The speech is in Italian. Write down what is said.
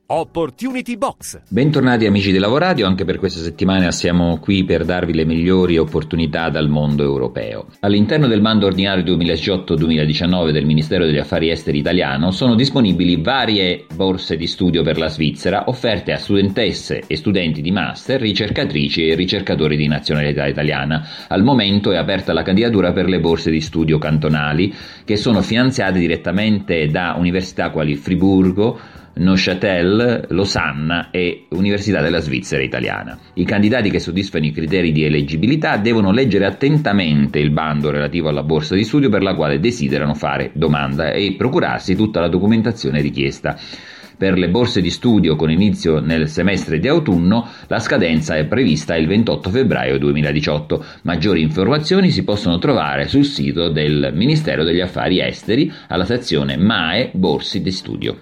Opportunity Box. Bentornati amici della Lavoradio, anche per questa settimana siamo qui per darvi le migliori opportunità dal mondo europeo. All'interno del bando ordinario 2018-2019 del Ministero degli Affari Esteri italiano sono disponibili varie borse di studio per la Svizzera offerte a studentesse e studenti di master, ricercatrici e ricercatori di nazionalità italiana. Al momento è aperta la candidatura per le borse di studio cantonali che sono finanziate direttamente da università quali Friburgo, Neuchâtel, Losanna e Università della Svizzera Italiana. I candidati che soddisfano i criteri di eleggibilità devono leggere attentamente il bando relativo alla borsa di studio per la quale desiderano fare domanda e procurarsi tutta la documentazione richiesta. Per le borse di studio con inizio nel semestre di autunno la scadenza è prevista il 28 febbraio 2018. Maggiori informazioni si possono trovare sul sito del Ministero degli Affari Esteri alla sezione MAE Borsi di Studio.